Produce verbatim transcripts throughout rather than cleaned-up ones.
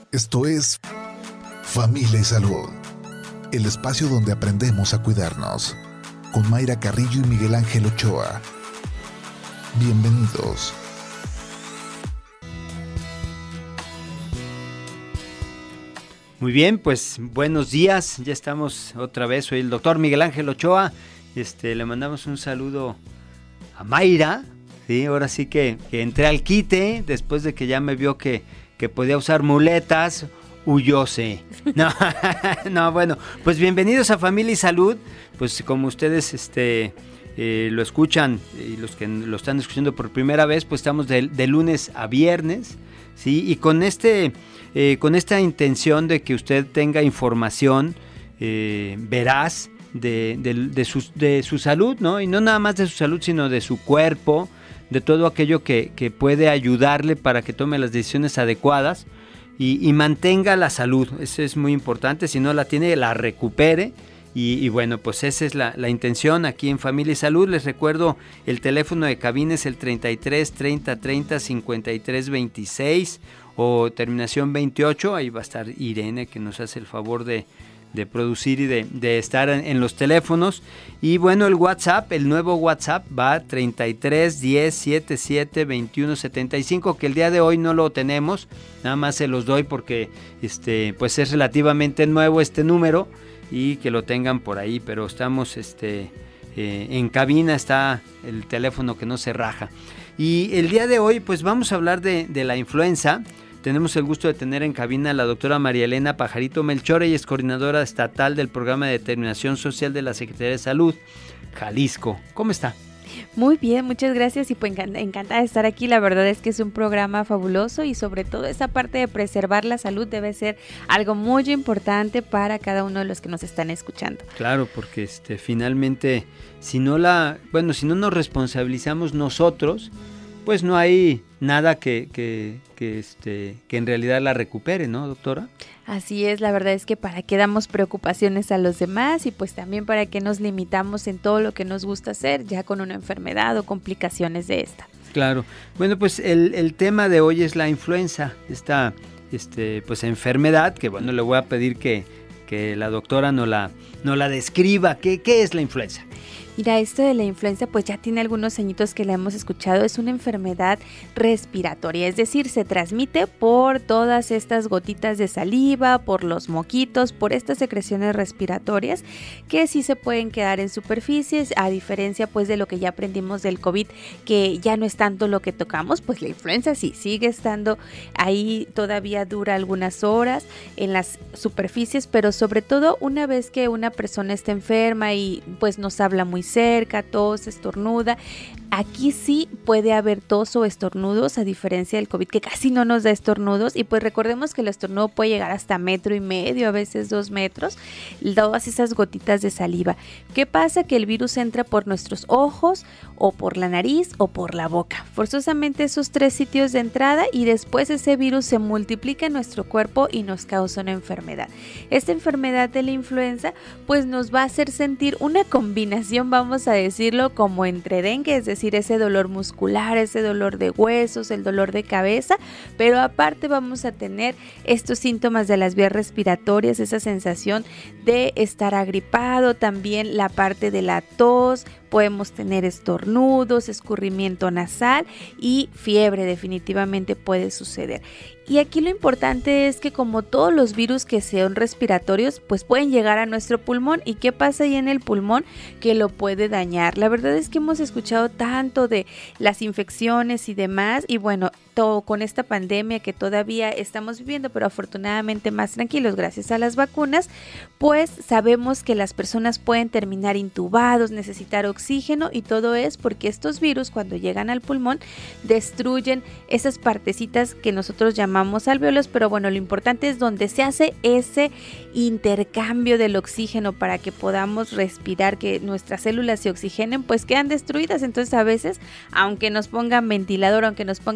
Esto es Familia y Salud, el espacio donde aprendemos a cuidarnos, con Mayra Carrillo y Miguel Ángel Ochoa. Bienvenidos. Muy bien, pues buenos días, ya estamos otra vez, soy el doctor Miguel Ángel Ochoa, este, le mandamos un saludo a Mayra, ¿sí? Ahora sí que, que entré al quite, después de que ya me vio que, que podía usar muletas, huyóse. No, no, bueno, pues bienvenidos a Familia y Salud, pues como ustedes este, eh, lo escuchan y los que lo están escuchando por primera vez, pues estamos de, de lunes a viernes, ¿sí? Y con este... Eh, con esta intención de que usted tenga información eh, veraz de, de, de, su, de su salud, ¿no? Y no nada más de su salud, sino de su cuerpo, de todo aquello que, que puede ayudarle para que tome las decisiones adecuadas y, y mantenga la salud. Eso es muy importante, si no la tiene, la recupere. Y, y bueno, pues esa es la, la intención aquí en Familia y Salud. Les recuerdo, el teléfono de cabina es el treinta y tres, treinta, treinta, cincuenta y tres, veintiséis o terminación veintiocho. Ahí va a estar Irene, que nos hace el favor de, de producir y de, de estar en, en los teléfonos. Y bueno, el WhatsApp, el nuevo WhatsApp va a treinta y tres, diez, setenta y siete, veintiuno, setenta y cinco, que el día de hoy no lo tenemos, nada más se los doy porque este, pues es relativamente nuevo este número, y que lo tengan por ahí, pero estamos este, eh, en cabina, está el teléfono que no se raja. Y el día de hoy pues vamos a hablar de, de la influenza. Tenemos el gusto de tener en cabina a la doctora María Elena Pajarito Melchor, ella es coordinadora estatal del programa de determinación social de la Secretaría de Salud, Jalisco. ¿Cómo está? Muy bien, muchas gracias y pues encantada de estar aquí. La verdad es que es un programa fabuloso y sobre todo esa parte de preservar la salud debe ser algo muy importante para cada uno de los que nos están escuchando. Claro, porque este, finalmente si no la, bueno, si no nos responsabilizamos nosotros, pues no hay nada que, que, que, este, que en realidad la recupere, ¿no, doctora? Así es, la verdad es que para qué damos preocupaciones a los demás y pues también para qué nos limitamos en todo lo que nos gusta hacer ya con una enfermedad o complicaciones de esta. Claro, bueno pues el, el tema de hoy es la influenza, esta este, pues enfermedad que bueno le voy a pedir que, que la doctora nos la, nos la describa. ¿Qué, qué es la influenza? Mira, esto de la influenza pues ya tiene algunos añitos que la hemos escuchado, es una enfermedad respiratoria, es decir, se transmite por todas estas gotitas de saliva, por los moquitos, por estas secreciones respiratorias que sí se pueden quedar en superficies, a diferencia pues de lo que ya aprendimos del COVID, que ya no es tanto lo que tocamos, pues la influenza sí sigue estando ahí, todavía dura algunas horas en las superficies, pero sobre todo una vez que una persona está enferma y pues nos habla muy cerca, tos, estornuda. Aquí sí puede haber tos o estornudos, a diferencia del COVID, que casi no nos da estornudos. Y pues recordemos que el estornudo puede llegar hasta metro y medio, a veces dos metros, todas esas gotitas de saliva. ¿Qué pasa? Que el virus entra por nuestros ojos, o por la nariz, o por la boca. Forzosamente esos tres sitios de entrada, y después ese virus se multiplica en nuestro cuerpo y nos causa una enfermedad. Esta enfermedad de la influenza, pues nos va a hacer sentir una combinación, vamos a decirlo, como entre dengue, es decir, ese dolor muscular, ese dolor de huesos, el dolor de cabeza, pero aparte vamos a tener estos síntomas de las vías respiratorias, esa sensación de estar agripado, también la parte de la tos, podemos tener estornudos, escurrimiento nasal y fiebre, definitivamente puede suceder. Y aquí lo importante es que como todos los virus que sean respiratorios, pues pueden llegar a nuestro pulmón. ¿Y qué pasa ahí en el pulmón? Que lo puede dañar. La verdad es que hemos escuchado tanto de las infecciones y demás, y bueno, todo con esta pandemia que todavía estamos viviendo, pero afortunadamente más tranquilos gracias a las vacunas, pues sabemos que las personas pueden terminar intubados, necesitar oxígeno, y todo es porque estos virus cuando llegan al pulmón destruyen esas partecitas que nosotros llamamos alvéolos, pero bueno, lo importante es donde se hace ese intercambio del oxígeno para que podamos respirar, que nuestras células se oxigenen, pues quedan destruidas. Entonces a veces, aunque nos pongan ventilador, aunque nos pongan oxígeno,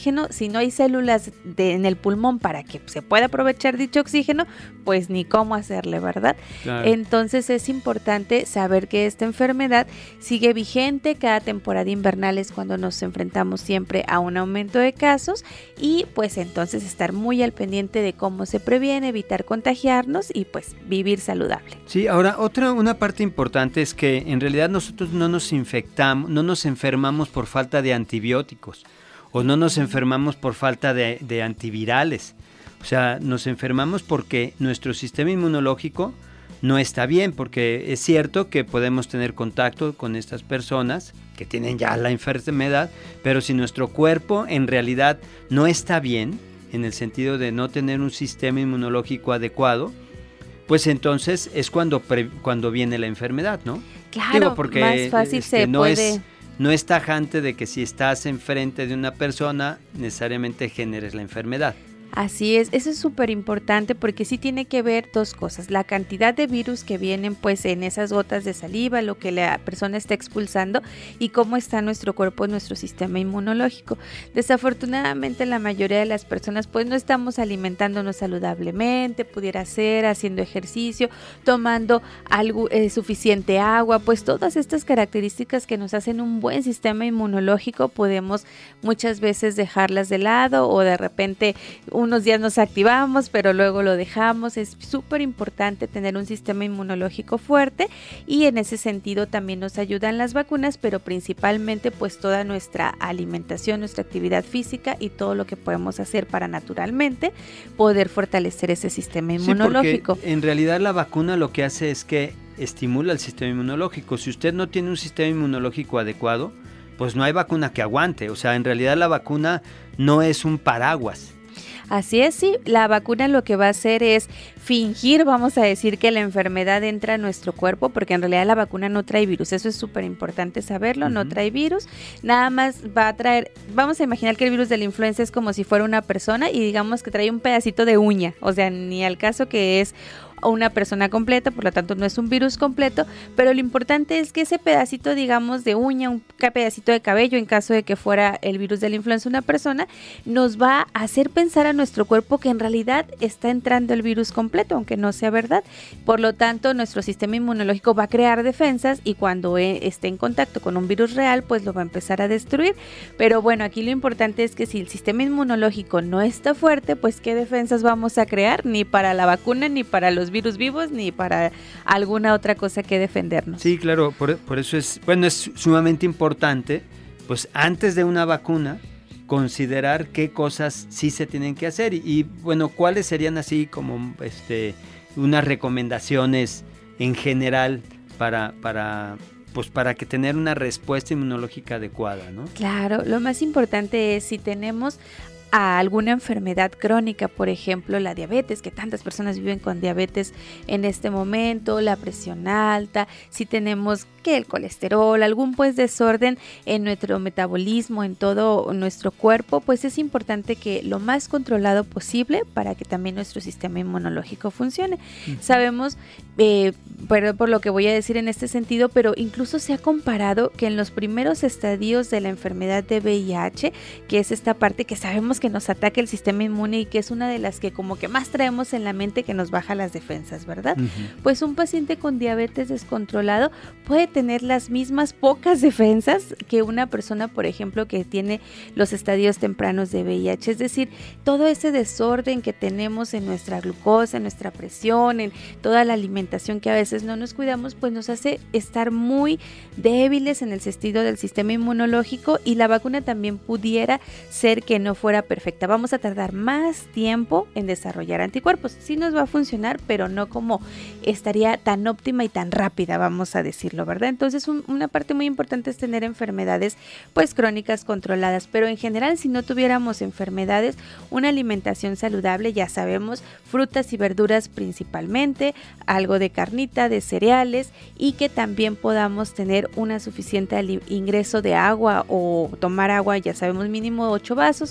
oxígeno, si no hay células de, en el pulmón para que se pueda aprovechar dicho oxígeno, pues ni cómo hacerle, ¿verdad? Claro. Entonces es importante saber que esta enfermedad sigue vigente. Cada temporada invernal es cuando nos enfrentamos siempre a un aumento de casos y pues entonces estar muy al pendiente de cómo se previene, evitar contagiarnos y pues vivir saludable. Sí, ahora otra una parte importante es que en realidad nosotros no nos infectamos, no nos enfermamos por falta de antibióticos o no nos enfermamos por falta de, de antivirales. O sea, nos enfermamos porque nuestro sistema inmunológico no está bien, porque es cierto que podemos tener contacto con estas personas que tienen ya la enfermedad, pero si nuestro cuerpo en realidad no está bien, en el sentido de no tener un sistema inmunológico adecuado, pues entonces es cuando, pre, cuando viene la enfermedad, ¿no? Claro, Digo, porque más fácil este, se no puede... Es, no es tajante de que si estás enfrente de una persona, necesariamente generes la enfermedad. Así es, eso es súper importante porque sí tiene que ver dos cosas, la cantidad de virus que vienen pues en esas gotas de saliva, lo que la persona está expulsando y cómo está nuestro cuerpo, nuestro sistema inmunológico. Desafortunadamente la mayoría de las personas pues no estamos alimentándonos saludablemente, pudiera ser haciendo ejercicio, tomando algo, eh, suficiente agua, pues todas estas características que nos hacen un buen sistema inmunológico podemos muchas veces dejarlas de lado o de repente unos días nos activamos, pero luego lo dejamos. Es súper importante tener un sistema inmunológico fuerte y en ese sentido también nos ayudan las vacunas, pero principalmente pues toda nuestra alimentación, nuestra actividad física y todo lo que podemos hacer para naturalmente poder fortalecer ese sistema inmunológico. Sí, porque en realidad la vacuna lo que hace es que estimula el sistema inmunológico. Si usted no tiene un sistema inmunológico adecuado, pues no hay vacuna que aguante. O sea, en realidad la vacuna no es un paraguas. Así es, sí, la vacuna lo que va a hacer es fingir, vamos a decir, que la enfermedad entra a nuestro cuerpo, porque en realidad la vacuna no trae virus, eso es súper importante saberlo, uh-huh. No trae virus, nada más va a traer, vamos a imaginar que el virus de la influenza es como si fuera una persona y digamos que trae un pedacito de uña, o sea, ni al caso que es una persona completa, por lo tanto no es un virus completo, pero lo importante es que ese pedacito, digamos, de uña, un pedacito de cabello, en caso de que fuera el virus de la influenza una persona, nos va a hacer pensar a nuestro cuerpo que en realidad está entrando el virus completo, aunque no sea verdad. Por lo tanto, nuestro sistema inmunológico va a crear defensas y cuando esté en contacto con un virus real, pues lo va a empezar a destruir. Pero bueno, aquí lo importante es que si el sistema inmunológico no está fuerte, pues ¿qué defensas vamos a crear? Ni para la vacuna, ni para los virus vivos, ni para alguna otra cosa que defendernos. Sí, claro, por, por eso es, bueno, es sumamente importante, pues antes de una vacuna, considerar qué cosas sí se tienen que hacer y, y bueno, cuáles serían así como este unas recomendaciones en general para, para pues para que tener una respuesta inmunológica adecuada, ¿no? Claro, lo más importante es si tenemos a alguna enfermedad crónica, por ejemplo la diabetes, que tantas personas viven con diabetes en este momento, la presión alta, si tenemos que el colesterol, algún pues desorden en nuestro metabolismo, en todo nuestro cuerpo, pues es importante que lo más controlado posible para que también nuestro sistema inmunológico funcione. Uh-huh. Sabemos, eh, perdón por lo que voy a decir en este sentido, pero incluso se ha comparado que en los primeros estadios de la enfermedad de V I H, que es esta parte que sabemos que nos ataca el sistema inmune y que es una de las que como que más traemos en la mente, que nos baja las defensas, ¿verdad? Uh-huh. Pues un paciente con diabetes descontrolado puede tener las mismas pocas defensas que una persona, por ejemplo, que tiene los estadios tempranos de V I H, es decir, todo ese desorden que tenemos en nuestra glucosa, en nuestra presión, en toda la alimentación que a veces no nos cuidamos, pues nos hace estar muy débiles en el sentido del sistema inmunológico y la vacuna también pudiera ser que no fuera perfecta. Vamos a tardar más tiempo en desarrollar anticuerpos. Sí nos va a funcionar, pero no como estaría tan óptima y tan rápida, vamos a decirlo, ¿verdad? Entonces un, una parte muy importante es tener enfermedades pues crónicas controladas, pero en general si no tuviéramos enfermedades, una alimentación saludable, ya sabemos, frutas y verduras principalmente, algo de carnita, de cereales y que también podamos tener una suficiente ingreso de agua o tomar agua, ya sabemos, mínimo ocho vasos hasta doce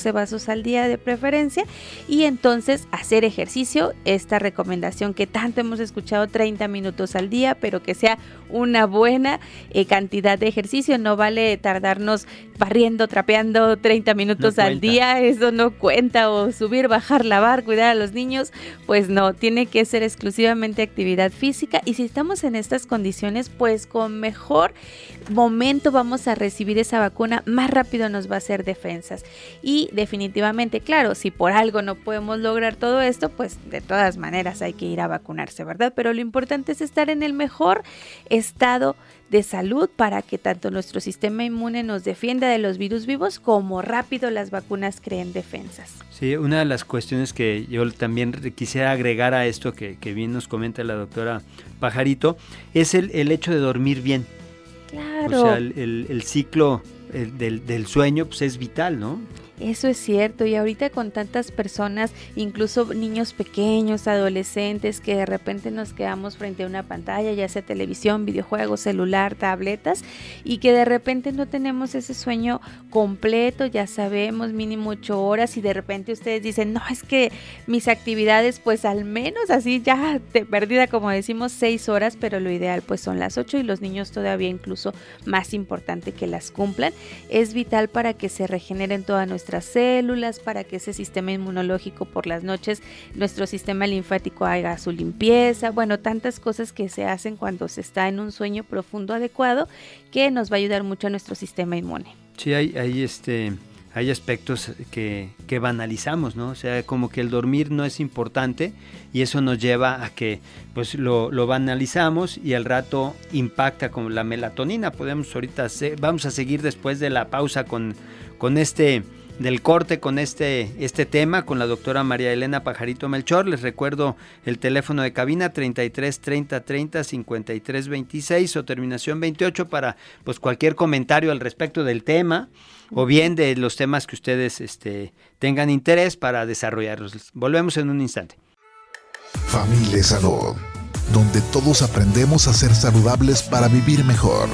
doce vasos al día de preferencia, y entonces hacer ejercicio, esta recomendación que tanto hemos escuchado, treinta minutos al día, pero que sea una buena eh, cantidad de ejercicio. No vale tardarnos barriendo, trapeando treinta minutos no al día, eso no cuenta, o subir, bajar, lavar, cuidar a los niños, pues no, tiene que ser exclusivamente actividad física. Y si estamos en estas condiciones, pues con mejor momento vamos a recibir esa vacuna, más rápido nos va a hacer defensas. Y definitivamente, claro, si por algo no podemos lograr todo esto, pues de todas maneras hay que ir a vacunarse, ¿verdad? Pero lo importante es estar en el mejor estado de salud para que tanto nuestro sistema inmune nos defienda de los virus vivos, como rápido las vacunas creen defensas. Sí, una de las cuestiones que yo también quisiera agregar a esto que, que bien nos comenta la doctora Pajarito, es el, el hecho de dormir bien. Claro. O sea, el, el, el ciclo el, del, del sueño pues es vital, ¿no? Eso es cierto, y ahorita con tantas personas, incluso niños pequeños, adolescentes, que de repente nos quedamos frente a una pantalla, ya sea televisión, videojuegos, celular, tabletas, y que de repente no tenemos ese sueño completo, ya sabemos, mínimo ocho horas, y de repente ustedes dicen, no, es que mis actividades, pues al menos así ya de perdida, como decimos, seis horas, pero lo ideal pues son las ocho, y los niños todavía incluso más importante que las cumplan. Es vital para que se regeneren todas nuestras nuestras células, para que ese sistema inmunológico por las noches, nuestro sistema linfático haga su limpieza, bueno, tantas cosas que se hacen cuando se está en un sueño profundo adecuado, que nos va a ayudar mucho a nuestro sistema inmune. Sí, hay, hay este... hay aspectos que, que banalizamos, ¿no? O sea, como que el dormir no es importante, y eso nos lleva a que pues lo, lo banalizamos, y al rato impacta con la melatonina. Podemos ahorita, se, vamos a seguir después de la pausa con, con este, del corte, con este, este tema, con la doctora María Elena Pajarito Melchor. Les recuerdo el teléfono de cabina treinta y tres treinta treinta cincuenta y tres veintiséis o terminación veintiocho para pues cualquier comentario al respecto del tema, o bien de los temas que ustedes este, tengan interés para desarrollarlos. Volvemos en un instante. Familia y Salud, donde todos aprendemos a ser saludables para vivir mejor.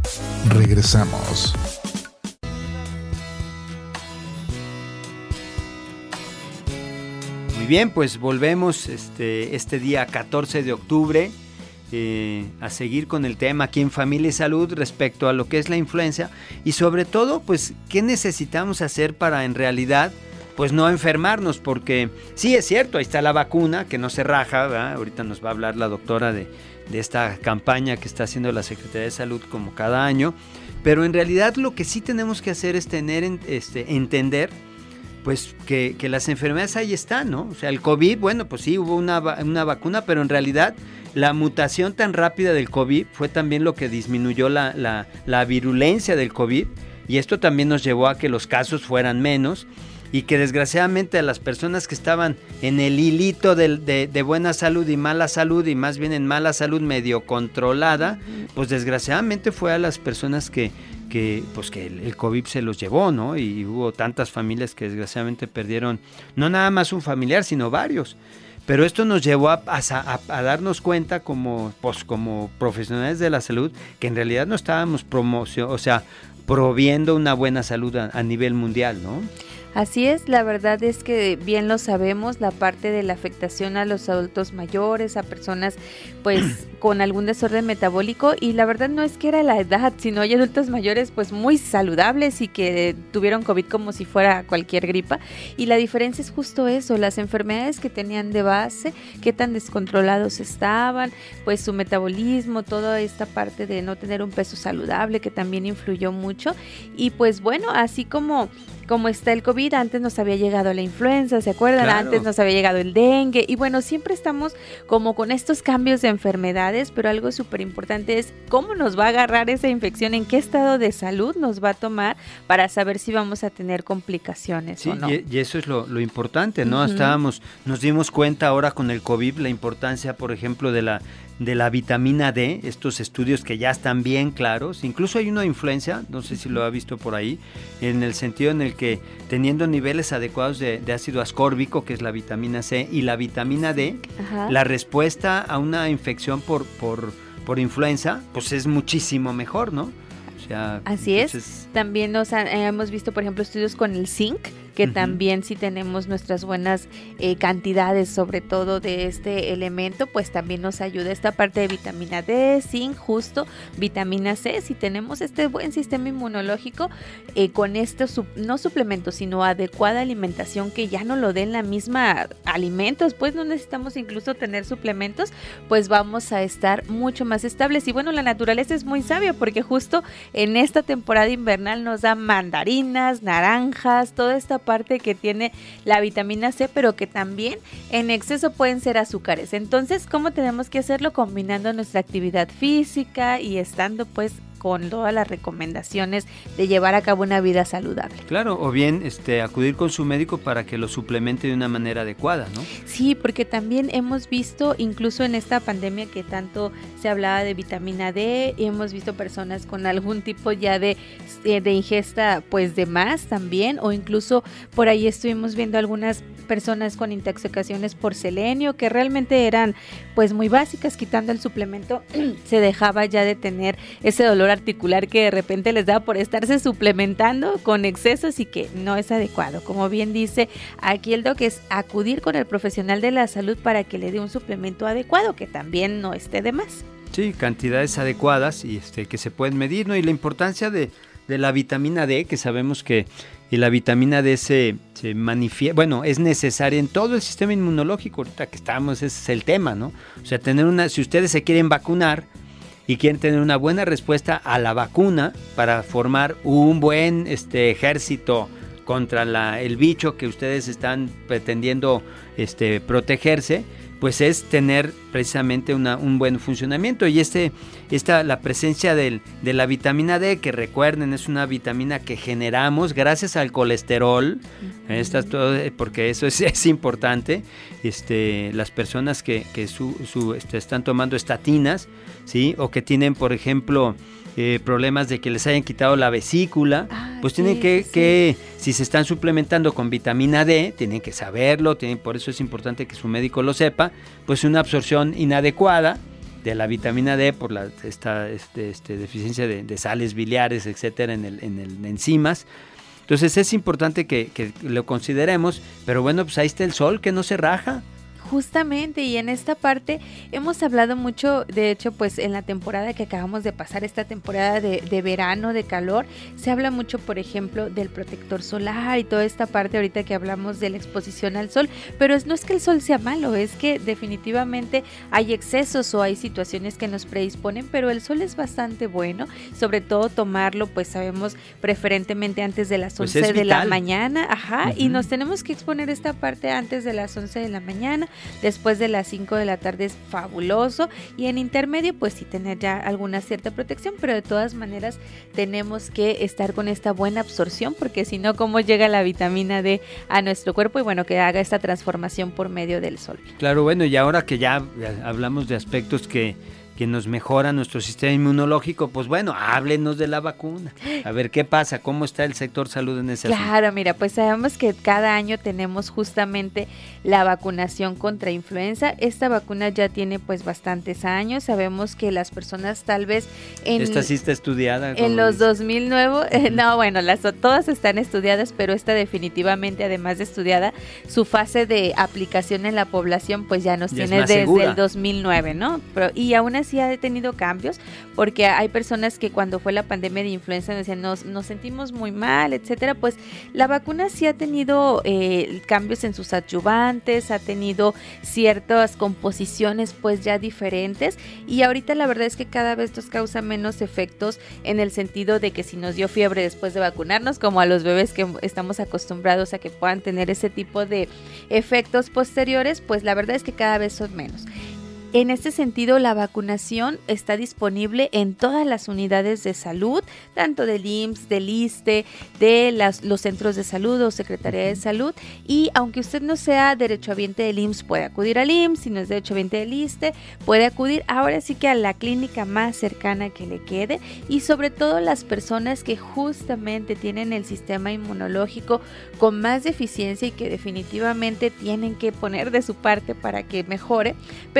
Regresamos. Muy bien, pues volvemos este, este día catorce de octubre. Eh, a seguir con el tema aquí en Familia y Salud respecto a lo que es la influenza, y sobre todo pues qué necesitamos hacer para en realidad pues no enfermarnos, porque sí es cierto, ahí está la vacuna que no se raja, ¿verdad? Ahorita nos va a hablar la doctora de, de esta campaña que está haciendo la Secretaría de Salud como cada año, pero en realidad lo que sí tenemos que hacer es tener este, entender pues que, que las enfermedades ahí están, ¿no? O sea, el COVID, bueno, pues sí hubo una, una vacuna, pero en realidad la mutación tan rápida del COVID fue también lo que disminuyó la, la, la virulencia del COVID, y esto también nos llevó a que los casos fueran menos, y que desgraciadamente a las personas que estaban en el hilito de, de, de buena salud y mala salud, y más bien en mala salud medio controlada, pues desgraciadamente fue a las personas que que pues que el, el COVID se los llevó, ¿no? Y hubo tantas familias que desgraciadamente perdieron no nada más un familiar, sino varios. Pero esto nos llevó a, a, a darnos cuenta como, pues, como profesionales de la salud, que en realidad no estábamos promoción, o sea, proviendo una buena salud a, a nivel mundial, ¿no? Así es, la verdad es que bien lo sabemos, la parte de la afectación a los adultos mayores, a personas pues con algún desorden metabólico, y la verdad no es que era la edad, sino hay adultos mayores pues muy saludables y que tuvieron COVID como si fuera cualquier gripa, y la diferencia es justo eso, las enfermedades que tenían de base, qué tan descontrolados estaban, pues su metabolismo, toda esta parte de no tener un peso saludable que también influyó mucho, y pues bueno, así como como está el COVID, antes nos había llegado la influenza, ¿se acuerdan? Claro. Antes nos había llegado el dengue, y bueno, siempre estamos como con estos cambios de enfermedades, pero algo súper importante es cómo nos va a agarrar esa infección, en qué estado de salud nos va a tomar para saber si vamos a tener complicaciones sí, o no. Y, y eso es lo, lo importante, ¿no? Uh-huh. Estábamos, nos dimos cuenta ahora con el COVID la importancia, por ejemplo, de la de la vitamina D, estos estudios que ya están bien claros, incluso hay uno de influenza, no sé si lo ha visto por ahí, en el sentido en el que teniendo niveles adecuados de, de ácido ascórbico, que es la vitamina C, y la vitamina D, ajá, la respuesta a una infección por, por, por influenza, pues es muchísimo mejor, ¿no? O sea, así entonces... es, también nos han, hemos visto, por ejemplo, estudios con el zinc, que Uh-huh. también si tenemos nuestras buenas eh, cantidades, sobre todo de este elemento, pues también nos ayuda esta parte de vitamina D, zinc, justo, vitamina C. Si tenemos este buen sistema inmunológico, eh, con estos, no suplementos, sino adecuada alimentación, que ya no lo den la misma alimentos, pues no necesitamos incluso tener suplementos, pues vamos a estar mucho más estables. Y bueno, la naturaleza es muy sabia, porque justo en esta temporada invernal nos da mandarinas, naranjas, toda esta parte que tiene la vitamina C, pero que también en exceso pueden ser azúcares. Entonces, ¿cómo tenemos que hacerlo? Combinando nuestra actividad física y estando pues con todas las recomendaciones de llevar a cabo una vida saludable. Claro, o bien este, acudir con su médico para que lo suplemente de una manera adecuada, ¿no? Sí, porque también hemos visto, incluso en esta pandemia que tanto se hablaba de vitamina D, hemos visto personas con algún tipo ya de, de ingesta pues de más también, o incluso por ahí estuvimos viendo algunas personas con intoxicaciones por selenio, que realmente eran pues muy básicas, quitando el suplemento se dejaba ya de tener ese dolor articular que de repente les da por estarse suplementando con excesos y que no es adecuado. Como bien dice aquí el doc, es acudir con el profesional de la salud para que le dé un suplemento adecuado, que también no esté de más. Sí, cantidades adecuadas y este, que se pueden medir, ¿no? Y la importancia de, de la vitamina D, que sabemos que y la vitamina D se, se manifiesta, bueno, es necesaria en todo el sistema inmunológico. Ahorita que estamos, ese es el tema, ¿no? O sea, tener una, si ustedes se quieren vacunar y quieren tener una buena respuesta a la vacuna para formar un buen este, ejército contra la, el bicho que ustedes están pretendiendo este, protegerse, pues es tener precisamente una, un buen funcionamiento. Y este, esta, la presencia del, de la vitamina D, que recuerden es una vitamina que generamos gracias al colesterol, uh-huh. Esta, todo, porque eso es, es importante. Este, las personas que, que su, su, este, están tomando estatinas, ¿sí? O que tienen, por ejemplo, Eh, problemas de que les hayan quitado la vesícula, ah, pues sí, tienen que, sí. que, si se están suplementando con vitamina D, tienen que saberlo, tienen, por eso es importante que su médico lo sepa, pues una absorción inadecuada de la vitamina D por la, esta este, este, deficiencia de, de sales biliares, etcétera, en el, en el en enzimas. Entonces es importante que, que lo consideremos, pero bueno, pues ahí está el sol que no se raja. Justamente, y en esta parte hemos hablado mucho, de hecho, pues en la temporada que acabamos de pasar, esta temporada de, de verano, de calor, se habla mucho, por ejemplo, del protector solar y toda esta parte ahorita que hablamos de la exposición al sol, pero es, no es que el sol sea malo, es que definitivamente hay excesos o hay situaciones que nos predisponen, pero el sol es bastante bueno, sobre todo tomarlo, pues sabemos, preferentemente antes de las once pues de la mañana, ajá, uh-huh. Y nos tenemos que exponer esta parte antes de las once de la mañana. Después de las cinco de la tarde es fabuloso, y en intermedio pues sí tener ya alguna cierta protección, pero de todas maneras tenemos que estar con esta buena absorción, porque si no, ¿cómo llega la vitamina D a nuestro cuerpo? Y bueno, que haga esta transformación por medio del sol. Claro, bueno, y ahora que ya hablamos de aspectos que que nos mejora nuestro sistema inmunológico, pues bueno, háblenos de la vacuna. A ver, ¿qué pasa? ¿Cómo está el sector salud en ese asunto? Claro, mira, pues sabemos que cada año tenemos justamente la vacunación contra influenza. Esta vacuna ya tiene pues bastantes años. Sabemos que las personas tal vez en... Esta sí está estudiada. En los dos mil nueve, eh, no, bueno, las todas están estudiadas, pero esta definitivamente, además de estudiada, su fase de aplicación en la población pues ya nos ya tiene desde segura. El dos mil nueve, ¿no? Pero, y aún así ha tenido cambios, porque hay personas que cuando fue la pandemia de influenza decían nos, nos sentimos muy mal, etcétera. Pues la vacuna sí ha tenido eh, cambios en sus adyuvantes, ha tenido ciertas composiciones pues ya diferentes, y ahorita la verdad es que cada vez nos causa menos efectos, en el sentido de que si nos dio fiebre después de vacunarnos, como a los bebés que estamos acostumbrados a que puedan tener ese tipo de efectos posteriores, pues la verdad es que cada vez son menos. En este sentido, la vacunación está disponible en todas las unidades de salud, tanto del I M S S, del ISSSTE, de las, los centros de salud o Secretaría de Salud, y aunque usted no sea derechohabiente del I M S S, puede acudir al I M S S, si no es derechohabiente del ISSSTE, puede acudir ahora sí que a la clínica más cercana que le quede, y sobre todo las personas que justamente tienen el sistema inmunológico con más deficiencia y que definitivamente tienen que poner de su parte para que mejore, pero también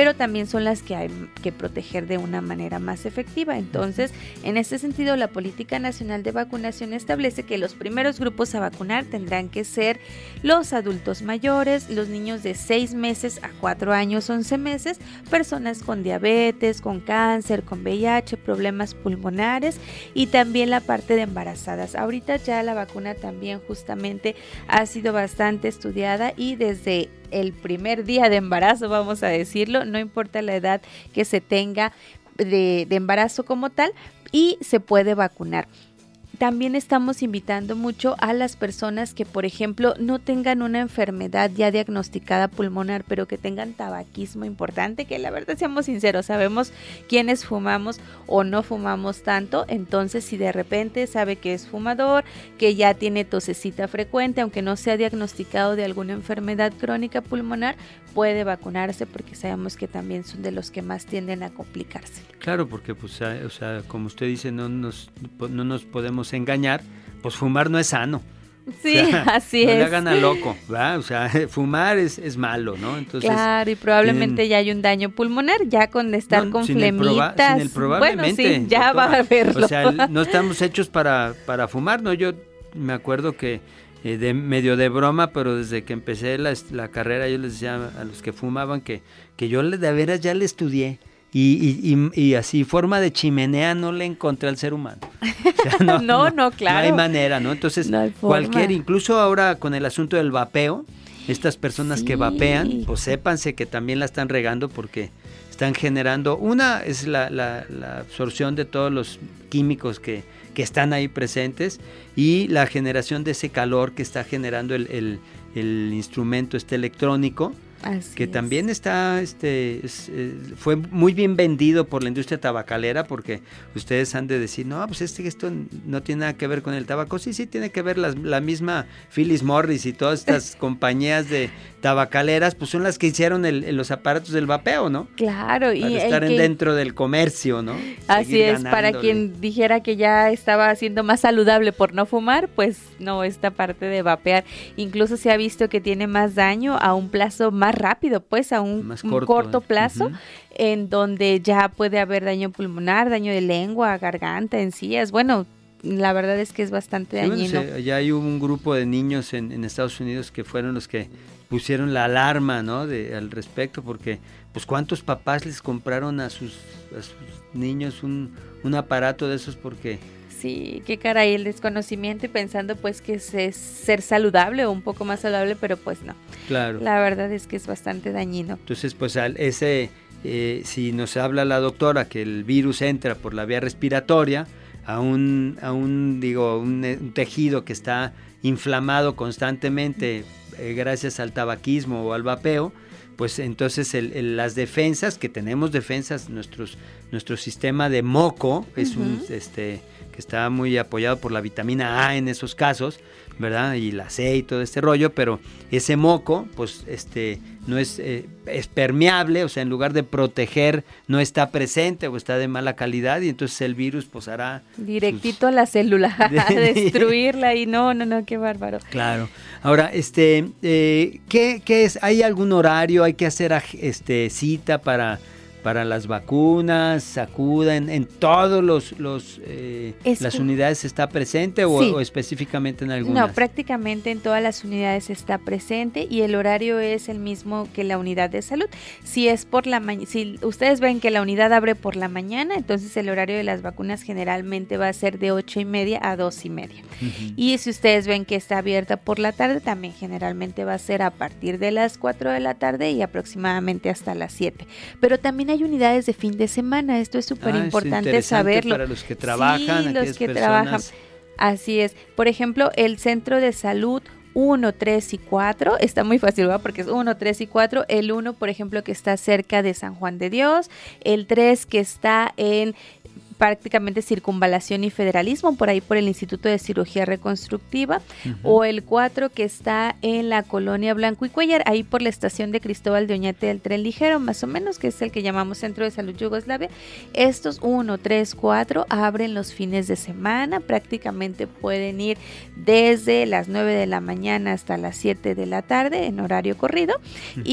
también son las que hay que proteger de una manera más efectiva. Entonces, en este sentido, la Política Nacional de Vacunación establece que los primeros grupos a vacunar tendrán que ser los adultos mayores, los niños de seis meses a cuatro años, once meses, personas con diabetes, con cáncer, con V I H, problemas pulmonares y también la parte de embarazadas. Ahorita ya la vacuna también justamente ha sido bastante estudiada y desde el primer día de embarazo, vamos a decirlo, no importa la edad que se tenga de, de embarazo como tal, y se puede vacunar. También estamos invitando mucho a las personas que, por ejemplo, no tengan una enfermedad ya diagnosticada pulmonar, pero que tengan tabaquismo importante, que la verdad, seamos sinceros, sabemos quiénes fumamos o no fumamos tanto. Entonces, si de repente sabe que es fumador, que ya tiene tosecita frecuente, aunque no sea diagnosticado de alguna enfermedad crónica pulmonar, puede vacunarse, porque sabemos que también son de los que más tienden a complicarse. Claro, porque pues, o sea, como usted dice, no nos, no nos podemos engañar, pues fumar no es sano. Sí, o sea, así no es. No le hagan a loco, ¿verdad? O sea, fumar es, es malo, ¿no? Entonces, claro, y probablemente tienen... ya hay un daño pulmonar, ya con estar no, con sin flemitas. El proba- sin el probablemente, bueno, sí, ya doctora. va a haberlo. O sea, no estamos hechos para, para fumar, ¿no? Yo me acuerdo que eh, de medio de broma, pero desde que empecé la, la carrera yo les decía a los que fumaban que, que yo de veras ya le estudié. Y, y, y, y así, forma de chimenea no le encontré al ser humano. O sea, no, no, no, no, claro. No hay manera, ¿no? Entonces, no cualquier, incluso ahora con el asunto del vapeo, estas personas sí. que vapean, pues sépanse que también la están regando porque están generando, una es la, la, la absorción de todos los químicos que, que están ahí presentes y la generación de ese calor que está generando el, el, el instrumento este electrónico. Así que es. también está, este, es, eh, fue muy bien vendido por la industria tabacalera, porque ustedes han de decir, no, pues este, esto no tiene nada que ver con el tabaco. Sí, sí, tiene que ver las, la misma Philip Morris y todas estas compañías de tabacaleras, pues son las que hicieron el, el, los aparatos del vapeo, ¿no? Claro. Para y estar el en que... dentro del comercio, ¿no? Así Seguir es, para quien dijera que ya estaba siendo más saludable por no fumar, pues no, esta parte de vapear incluso se ha visto que tiene más daño a un plazo más rápido, pues a un, Más un corto, corto ¿eh? plazo, Uh-huh. en donde ya puede haber daño pulmonar, daño de lengua, garganta, encías. Bueno, la verdad es que es bastante sí, dañino. Bueno, se, ya hay un grupo de niños en, en Estados Unidos que fueron los que pusieron la alarma, ¿no? De, al respecto, porque pues cuántos papás les compraron a sus, a sus niños un, un aparato de esos porque... Sí, qué caray, el desconocimiento y pensando pues que es, es ser saludable o un poco más saludable, pero pues no. Claro. La verdad es que es bastante dañino. Entonces, pues al, ese, eh, si nos habla la doctora que el virus entra por la vía respiratoria a un, a un digo, un, un tejido que está inflamado constantemente eh, gracias al tabaquismo o al vapeo, pues entonces el, el, las defensas, que tenemos defensas, nuestros, nuestro sistema de moco es uh-huh. un este que está muy apoyado por la vitamina A en esos casos, ¿verdad? Y la C y todo este rollo, pero ese moco, pues, este, no es, eh, es permeable, o sea, en lugar de proteger, no está presente o está de mala calidad y entonces el virus, pues, hará... Directito sus... a la célula, a destruirla y no, no, no, qué bárbaro. Claro. Ahora, este, eh, ¿qué, qué es? ¿Hay algún horario? ¿Hay que hacer este, cita para... para las vacunas, acuda en, en todos los, los eh, las unidades está presente o, sí. o específicamente en algunas? No, prácticamente en todas las unidades está presente y el horario es el mismo que la unidad de salud. Si es por la ma- si ustedes ven que la unidad abre por la mañana, entonces el horario de las vacunas generalmente va a ser de ocho y media a dos y media. Uh-huh. Y si ustedes ven que está abierta por la tarde, también generalmente va a ser a partir de las cuatro de la tarde y aproximadamente hasta las siete. Pero también hay Hay unidades de fin de semana, esto es súper importante ah, saberlo. Para los que trabajan, sí, los que personas... trabajan. Así es. Por ejemplo, el centro de salud uno, tres y cuatro, está muy fácil, ¿verdad? Porque es uno, tres y cuatro. El uno, por ejemplo, que está cerca de San Juan de Dios. El tres, que está en prácticamente Circunvalación y Federalismo, por ahí por el Instituto de Cirugía Reconstructiva, uh-huh. o el cuatro, que está en la colonia Blanco y Cuellar, ahí por la estación de Cristóbal de Oñate del Tren Ligero, más o menos, que es el que llamamos Centro de Salud Yugoslavia. Estos uno, tres, cuatro abren los fines de semana, prácticamente pueden ir desde las nueve de la mañana hasta las siete de la tarde en horario corrido, uh-huh. y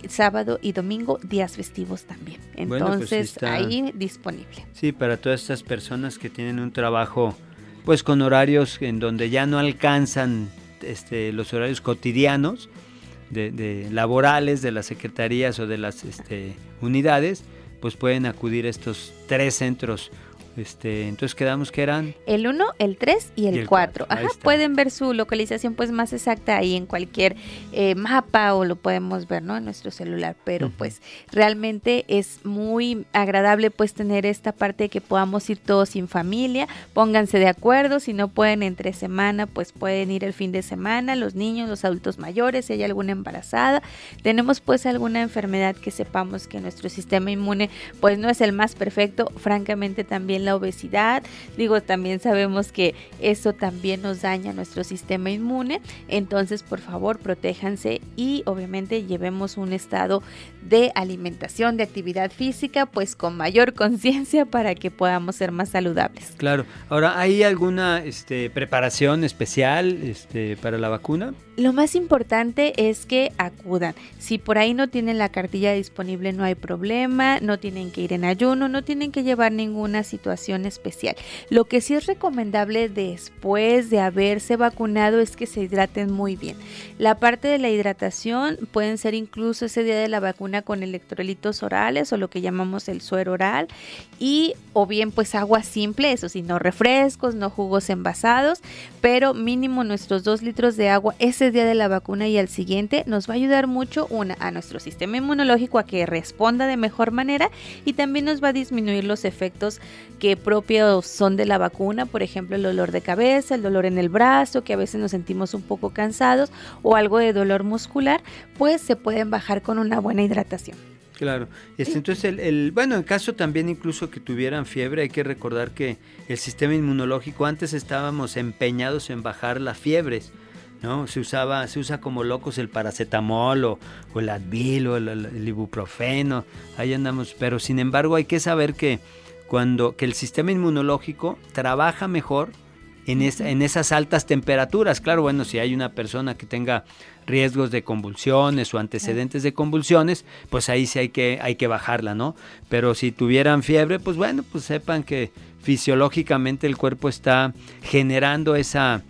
sábado y domingo, días festivos también. Entonces, bueno, pues está, ahí disponible. Sí, para todas estas personas que tienen un trabajo pues con horarios en donde ya no alcanzan este, los horarios cotidianos de, de laborales de las secretarías o de las este, unidades, pues pueden acudir a estos tres centros. Este, entonces quedamos que eran el uno, el tres y el cuatro. Ajá, pueden ver su localización pues más exacta ahí en cualquier eh, mapa o lo podemos ver, ¿no? En nuestro celular, pero uh-huh. pues realmente es muy agradable pues tener esta parte de que podamos ir todos sin familia, pónganse de acuerdo, si no pueden entre semana pues pueden ir el fin de semana, los niños, los adultos mayores, si hay alguna embarazada, tenemos pues alguna enfermedad que sepamos que nuestro sistema inmune pues no es el más perfecto, francamente también la obesidad, digo, también sabemos que eso también nos daña nuestro sistema inmune, entonces por favor protéjanse y obviamente llevemos un estado de alimentación, de actividad física, pues con mayor conciencia para que podamos ser más saludables. Claro, ahora, ¿hay alguna este, preparación especial este, para la vacuna? Lo más importante es que acudan. Si por ahí no tienen la cartilla disponible, no hay problema, no tienen que ir en ayuno, no tienen que llevar ninguna situación especial. Lo que sí es recomendable después de haberse vacunado es que se hidraten muy bien. La parte de la hidratación pueden ser incluso ese día de la vacuna con electrolitos orales o lo que llamamos el suero oral y o bien pues agua simple, eso sí, no refrescos, no jugos envasados, pero mínimo nuestros dos litros de agua ese día de la vacuna y al siguiente nos va a ayudar mucho una a nuestro sistema inmunológico a que responda de mejor manera y también nos va a disminuir los efectos que propios son de la vacuna, por ejemplo el dolor de cabeza, el dolor en el brazo, que a veces nos sentimos un poco cansados o algo de dolor muscular, pues se pueden bajar con una buena hidratación. Claro, este, entonces el, el, bueno, en caso también incluso que tuvieran fiebre, hay que recordar que el sistema inmunológico, antes estábamos empeñados en bajar las fiebres, ¿no? Se usaba, se usa como locos el paracetamol o, o el Advil o el, el ibuprofeno, ahí andamos, pero sin embargo hay que saber que cuando que el sistema inmunológico trabaja mejor en, es, en esas altas temperaturas. Claro, bueno, si hay una persona que tenga riesgos de convulsiones o antecedentes de convulsiones, pues ahí sí hay que, hay que bajarla, ¿no? Pero si tuvieran fiebre, pues bueno, pues sepan que fisiológicamente el cuerpo está generando esa,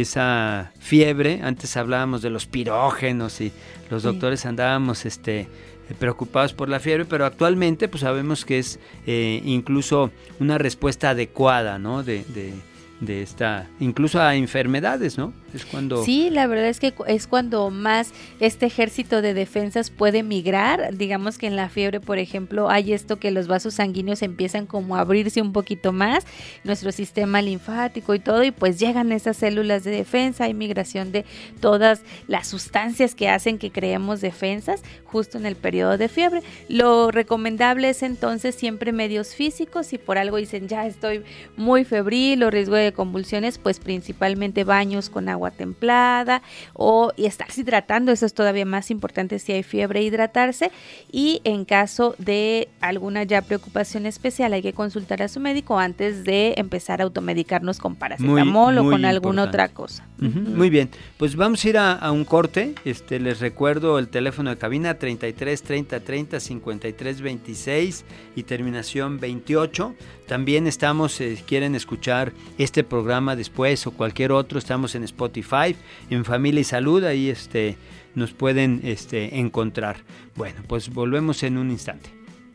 esa fiebre. Antes hablábamos de los pirógenos y los doctores andábamos este, preocupados por la fiebre, pero actualmente pues sabemos que es eh, incluso una respuesta adecuada, ¿no? De, de de esta, incluso a enfermedades, ¿no? Es cuando... Sí, la verdad es que es cuando más este ejército de defensas puede migrar, digamos que en la fiebre, por ejemplo, hay esto que los vasos sanguíneos empiezan como a abrirse un poquito más, nuestro sistema linfático y todo, y pues llegan esas células de defensa, hay migración de todas las sustancias que hacen que creemos defensas justo en el periodo de fiebre. Lo recomendable es entonces siempre medios físicos, si por algo dicen ya estoy muy febril o riesgo de convulsiones, pues principalmente baños con agua templada o y estarse hidratando, eso es todavía más importante si hay fiebre, hidratarse, y en caso de alguna ya preocupación especial hay que consultar a su médico antes de empezar a automedicarnos con paracetamol muy, muy o con alguna importante. Otra cosa. Uh-huh. Uh-huh. Muy bien, pues vamos a ir a, a un corte. Este, les recuerdo el teléfono de cabina treinta y tres, treinta, treinta, cincuenta y tres, veintiséis y terminación veintiocho. También estamos, eh, quieren escuchar este programa después o cualquier otro, estamos en Spotify, en Familia y Salud, ahí este, nos pueden este, encontrar. Bueno, pues volvemos en un instante.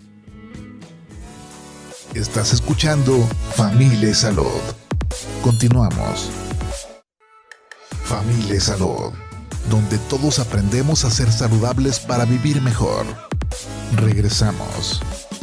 Estás escuchando Familia y Salud. Continuamos. Familia y Salud, donde todos aprendemos a ser saludables para vivir mejor. Regresamos.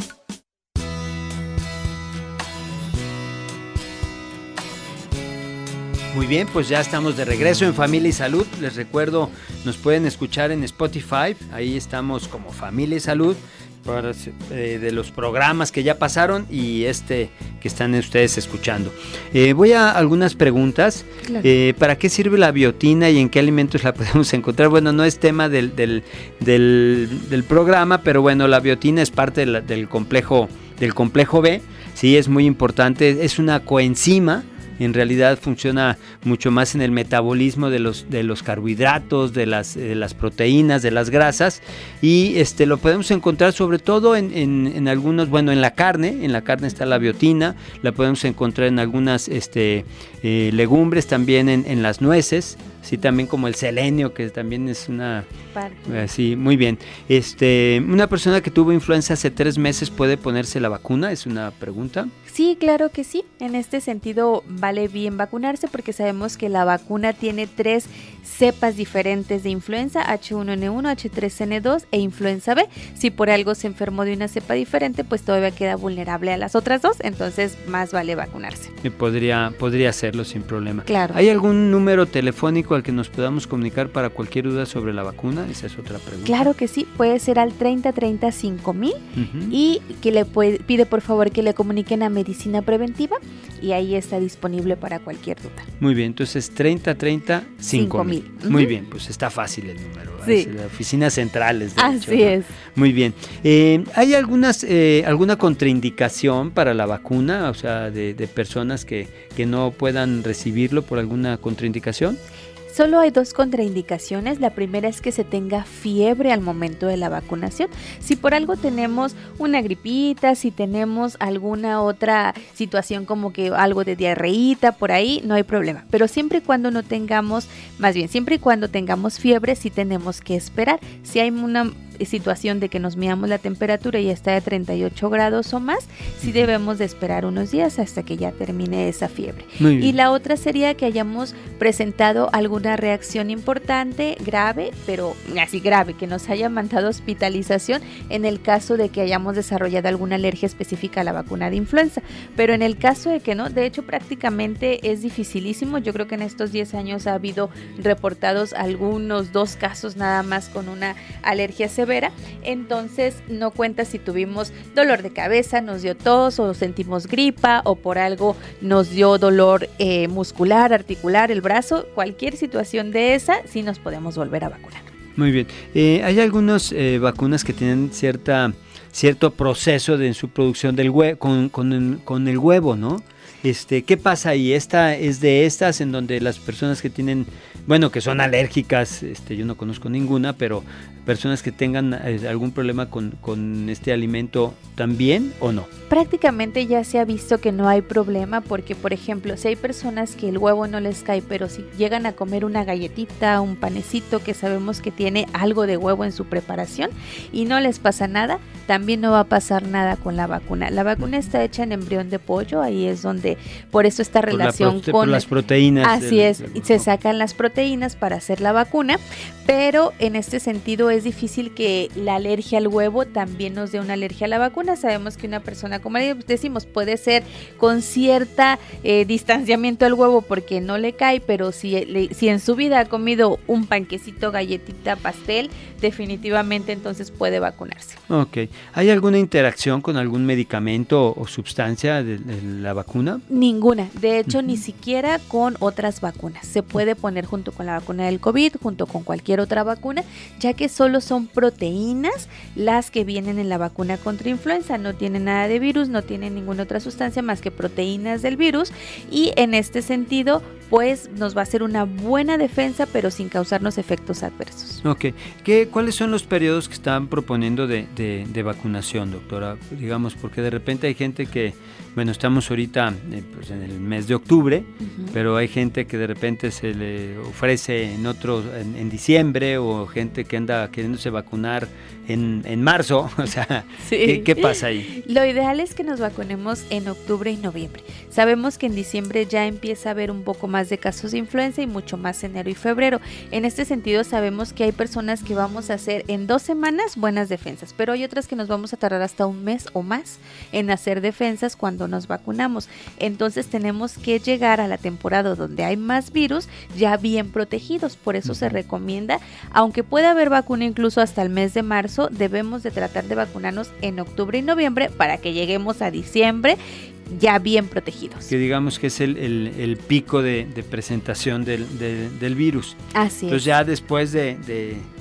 Muy bien, pues ya estamos de regreso en Familia y Salud. Les recuerdo, nos pueden escuchar en Spotify, ahí estamos como Familia y Salud, para, eh, de los programas que ya pasaron y este que están ustedes escuchando. Eh, voy a algunas preguntas. Claro. Eh, ¿Para qué sirve la biotina y en qué alimentos la podemos encontrar? Bueno, no es tema del, del, del, del programa, pero bueno, la biotina es parte de la, del complejo del complejo B. Sí, es muy importante, es una coenzima en realidad funciona mucho más en el metabolismo de los, de los carbohidratos, de las, de las proteínas, de las grasas, y este, lo podemos encontrar sobre todo en, en, en algunos, bueno, en la carne, en la carne está la biotina, la podemos encontrar en algunas este, eh, legumbres, también en, en las nueces, sí, también como el selenio, que también es una... Eh, sí, muy bien. Este, una persona que tuvo influenza hace tres meses, ¿puede ponerse la vacuna? Es una pregunta. Sí, claro que sí. En este sentido vale bien vacunarse porque sabemos que la vacuna tiene tres cepas diferentes de influenza, hache uno ene uno, hache tres ene dos e influenza B. Si por algo se enfermó de una cepa diferente, pues todavía queda vulnerable a las otras dos, entonces más vale vacunarse. Y podría, podría hacerlo sin problema. Claro. ¿Hay algún número telefónico al que nos podamos comunicar para cualquier duda sobre la vacuna? Esa es otra pregunta. Claro que sí, puede ser al treinta treinta cinco mil uh-huh. y que le puede, pide por favor que le comuniquen a Medicina Preventiva y ahí está disponible para cualquier duda. Muy bien, entonces treinta treinta cinco mil. Uh-huh. Muy bien, pues está fácil el número. Sí. Es la oficina centrales. De Así hecho, ¿no? es. Muy bien. Eh, ¿Hay algunas eh, alguna contraindicación para la vacuna? O sea, de, de personas que, que no puedan recibirlo por alguna contraindicación. Solo hay dos contraindicaciones. La primera es que se tenga fiebre al momento de la vacunación. Si por algo tenemos una gripita, si tenemos alguna otra situación como que algo de diarreíta por ahí, no hay problema. Pero siempre y cuando no tengamos, más bien siempre y cuando tengamos fiebre, sí tenemos que esperar. Si hay una situación de que nos midamos la temperatura y está de treinta y ocho grados o más, sí debemos de esperar unos días hasta que ya termine esa fiebre. Y la otra sería que hayamos presentado alguna reacción importante, grave, pero así grave, que nos haya mandado hospitalización en el caso de que hayamos desarrollado alguna alergia específica a la vacuna de influenza. Pero en el caso de que no, de hecho prácticamente es dificilísimo. Yo creo que en estos diez años ha habido reportados algunos dos casos nada más con una alergia severa. Entonces no cuenta si tuvimos dolor de cabeza, nos dio tos o sentimos gripa o por algo nos dio dolor eh, muscular, articular, el brazo, cualquier situación de esa, sí nos podemos volver a vacunar. Muy bien. Eh, hay algunas eh, vacunas que tienen cierta cierto proceso de en su producción del hue- con, con, el, con el huevo, ¿no? Este, ¿qué pasa ahí? Esta es de estas en donde las personas que tienen, bueno, que son alérgicas, este, yo no conozco ninguna, pero personas que tengan eh, algún problema con, con este alimento, ¿también o no? Prácticamente ya se ha visto que no hay problema porque, por ejemplo, si hay personas que el huevo no les cae, pero si llegan a comer una galletita, un panecito que sabemos que tiene algo de huevo en su preparación y no les pasa nada, también no va a pasar nada con la vacuna. La vacuna está hecha en embrión de pollo, ahí es donde, por eso esta relación por la prote- con... Por las proteínas. Así del, es, del... y se sacan las proteínas para hacer la vacuna, pero en este sentido es difícil que la alergia al huevo también nos dé una alergia a la vacuna. Sabemos que una persona, como decimos, puede ser con cierta eh, distanciamiento al huevo porque no le cae, pero si, le, si en su vida ha comido un panquecito, galletita, pastel, definitivamente entonces puede vacunarse. Ok. ¿Hay alguna interacción con algún medicamento o, o sustancia de, de la vacuna? Ninguna. De hecho, uh-huh. ni siquiera con otras vacunas. Se puede poner junto con la vacuna del COVID, junto con cualquier otra vacuna, ya que solo son proteínas las que vienen en la vacuna contra influenza. No tiene nada de virus, no tiene ninguna otra sustancia más que proteínas del virus y en este sentido pues nos va a hacer una buena defensa pero sin causarnos efectos adversos. Ok. ¿Qué, ¿Cuáles son los periodos que están proponiendo de, de, de vacunación, doctora? Digamos, porque de repente hay gente que, bueno, estamos ahorita eh, pues en el mes de octubre, uh-huh. pero hay gente que de repente se le ofrece en otro, en, en diciembre, o gente que anda queriéndose vacunar en, en marzo, o sea, sí. ¿qué, ¿qué pasa ahí? Lo ideal es que nos vacunemos en octubre y noviembre. Sabemos que en diciembre ya empieza a haber un poco más de casos de influenza y mucho más enero y febrero. En este sentido sabemos que hay personas que vamos a hacer en dos semanas buenas defensas, pero hay otras que nos vamos a tardar hasta un mes o más en hacer defensas cuando nos vacunamos. Entonces tenemos que llegar a la temporada donde hay más virus ya bien protegidos. Por eso uh-huh. se recomienda, aunque puede haber vacuna incluso hasta el mes de marzo, debemos de tratar de vacunarnos en octubre y noviembre para que lleguemos a diciembre ya bien protegidos. Que digamos que es el, el, el pico de, de presentación del, de, del virus. Así Entonces es. ya después de, de,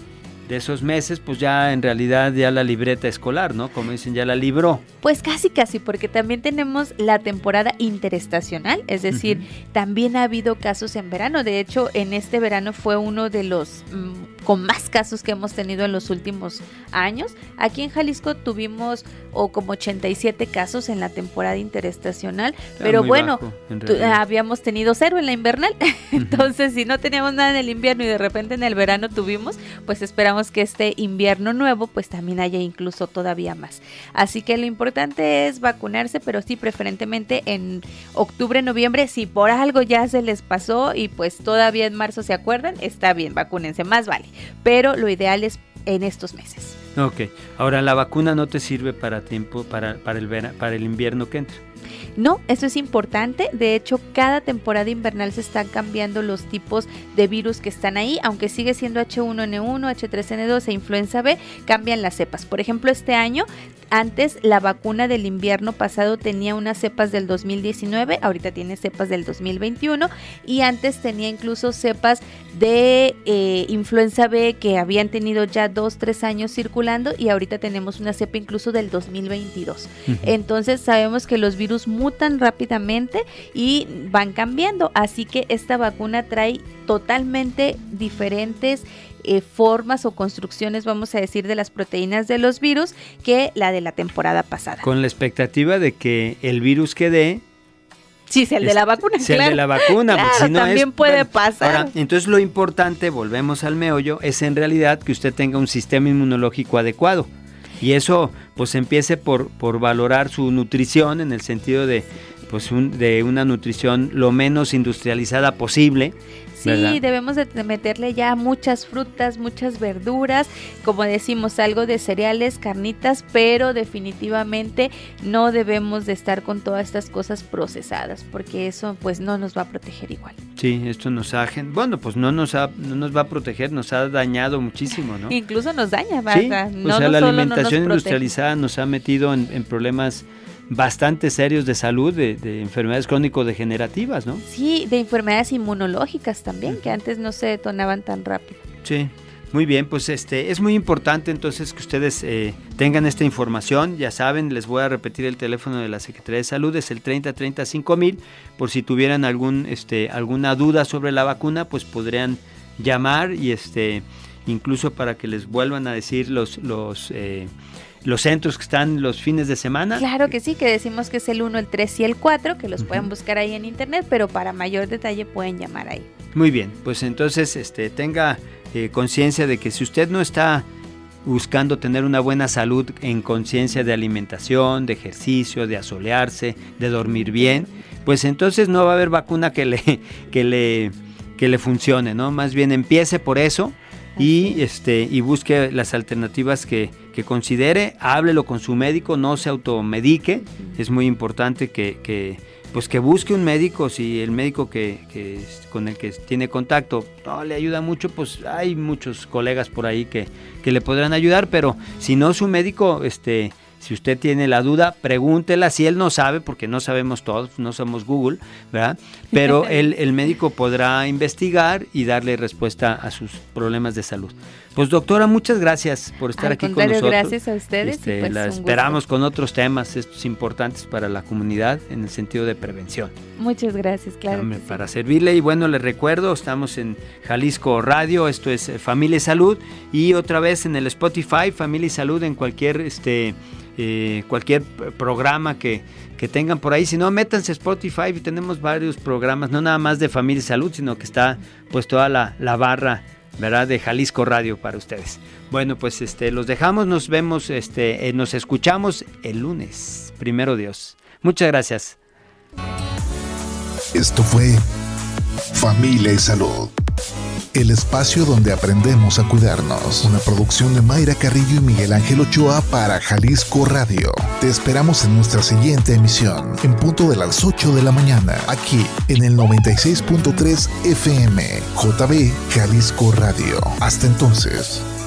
de esos meses, pues ya en realidad ya la libreta escolar, ¿no? Como dicen, ya la libró. Pues casi casi, porque también tenemos la temporada interestacional, es decir, uh-huh. también ha habido casos en verano. De hecho, en este verano fue uno de los mmm, con más casos que hemos tenido en los últimos años. Aquí en Jalisco tuvimos o como ochenta y siete casos en la temporada interestacional, ah, pero bueno, tu, habíamos tenido cero en la invernal, entonces uh-huh. si no teníamos nada en el invierno y de repente en el verano tuvimos, pues esperamos que este invierno nuevo pues también haya incluso todavía más. Así que lo importante es vacunarse, pero sí preferentemente en octubre, noviembre, si por algo ya se les pasó y pues todavía en marzo se acuerdan, está bien, vacúnense, más vale, pero lo ideal es en estos meses. Ok, ahora la vacuna no te sirve para tiempo, para, para, el, vera, para el invierno que entra. No, eso es importante. De hecho, cada temporada invernal se están cambiando los tipos de virus que están ahí, aunque sigue siendo hache uno ene uno, hache tres ene dos e influenza B, cambian las cepas. Por ejemplo, este año, antes la vacuna del invierno pasado tenía unas cepas del dos mil diecinueve, ahorita tiene cepas del dos mil veintiuno, y antes tenía incluso cepas de eh, influenza B que habían tenido ya dos, tres años circulando, y ahorita tenemos una cepa incluso del dos mil veintidós. Uh-huh. Entonces sabemos que los virus mutan rápidamente y van cambiando, así que esta vacuna trae totalmente diferentes eh, formas o construcciones, vamos a decir, de las proteínas de los virus que la de la temporada pasada. Con la expectativa de que el virus que dé sí, es el de la vacuna, es claro. el de la vacuna, claro, si no también es, puede bueno, pasar. Ahora, entonces lo importante, volvemos al meollo, es en realidad que usted tenga un sistema inmunológico adecuado. Y eso, pues empiece por, por valorar su nutrición en el sentido de, pues un, de una nutrición lo menos industrializada posible. Sí, ¿verdad? Debemos de meterle ya muchas frutas, muchas verduras, como decimos, algo de cereales, carnitas, pero definitivamente no debemos de estar con todas estas cosas procesadas, porque eso pues no nos va a proteger igual. Sí, esto nos ha, bueno, pues no nos ha, no nos va a proteger, nos ha dañado muchísimo, ¿no? Incluso nos daña, ¿verdad? Sí, no, o sea, no la solo alimentación no nos industrializada nos ha metido en, en problemas bastante serios de salud, de, de enfermedades crónico-degenerativas, ¿no? Sí, de enfermedades inmunológicas también, que antes no se detonaban tan rápido. Sí, muy bien, pues este es muy importante entonces que ustedes eh, tengan esta información. Ya saben, les voy a repetir el teléfono de la Secretaría de Salud, es el treinta treinta cinco mil, por si tuvieran algún este alguna duda sobre la vacuna, pues podrían llamar y este incluso para que les vuelvan a decir los los eh, los centros que están los fines de semana. Claro que sí, que decimos que es el uno, el tres y el cuatro, que los uh-huh. pueden buscar ahí en internet, pero para mayor detalle pueden llamar ahí. Muy bien, pues entonces este tenga eh, conciencia de que si usted no está buscando tener una buena salud en conciencia de alimentación, de ejercicio, de asolearse, de dormir bien, pues entonces no va a haber vacuna que le que le que le funcione, ¿no? Más bien empiece por eso. Y este y busque las alternativas que, que considere, háblelo con su médico, no se automedique. Es muy importante que, que pues que busque un médico. Si el médico que, que con el que tiene contacto no le ayuda mucho, pues hay muchos colegas por ahí que, que le podrán ayudar, pero si no su médico, este si usted tiene la duda, pregúntela. Si él no sabe, porque no sabemos todos, no somos Google, ¿verdad? Pero el, el médico podrá investigar y darle respuesta a sus problemas de salud. Pues doctora, muchas gracias por estar Al aquí contrario, con nosotros. Gracias a ustedes. Este, y pues la esperamos con otros temas estos importantes para la comunidad en el sentido de prevención. Muchas gracias, claro. Dame, para sí. servirle. Y bueno, les recuerdo, estamos en Jalisco Radio, esto es Familia y Salud, y otra vez en el Spotify, Familia y Salud, en cualquier este eh, cualquier programa que, que tengan por ahí. Si no, métanse a Spotify y tenemos varios programas, no nada más de Familia y Salud, sino que está pues toda la, la barra, ¿verdad?, de Jalisco Radio para ustedes. Bueno, pues este los dejamos, nos vemos, este eh, nos escuchamos el lunes, primero Dios. Muchas gracias. Esto fue Familia y Salud, el espacio donde aprendemos a cuidarnos. Una producción de Mayra Carrillo y Miguel Ángel Ochoa para Jalisco Radio. Te esperamos en nuestra siguiente emisión, en punto de las ocho de la mañana, aquí en el noventa y seis punto tres F M, J B Jalisco Radio. Hasta entonces.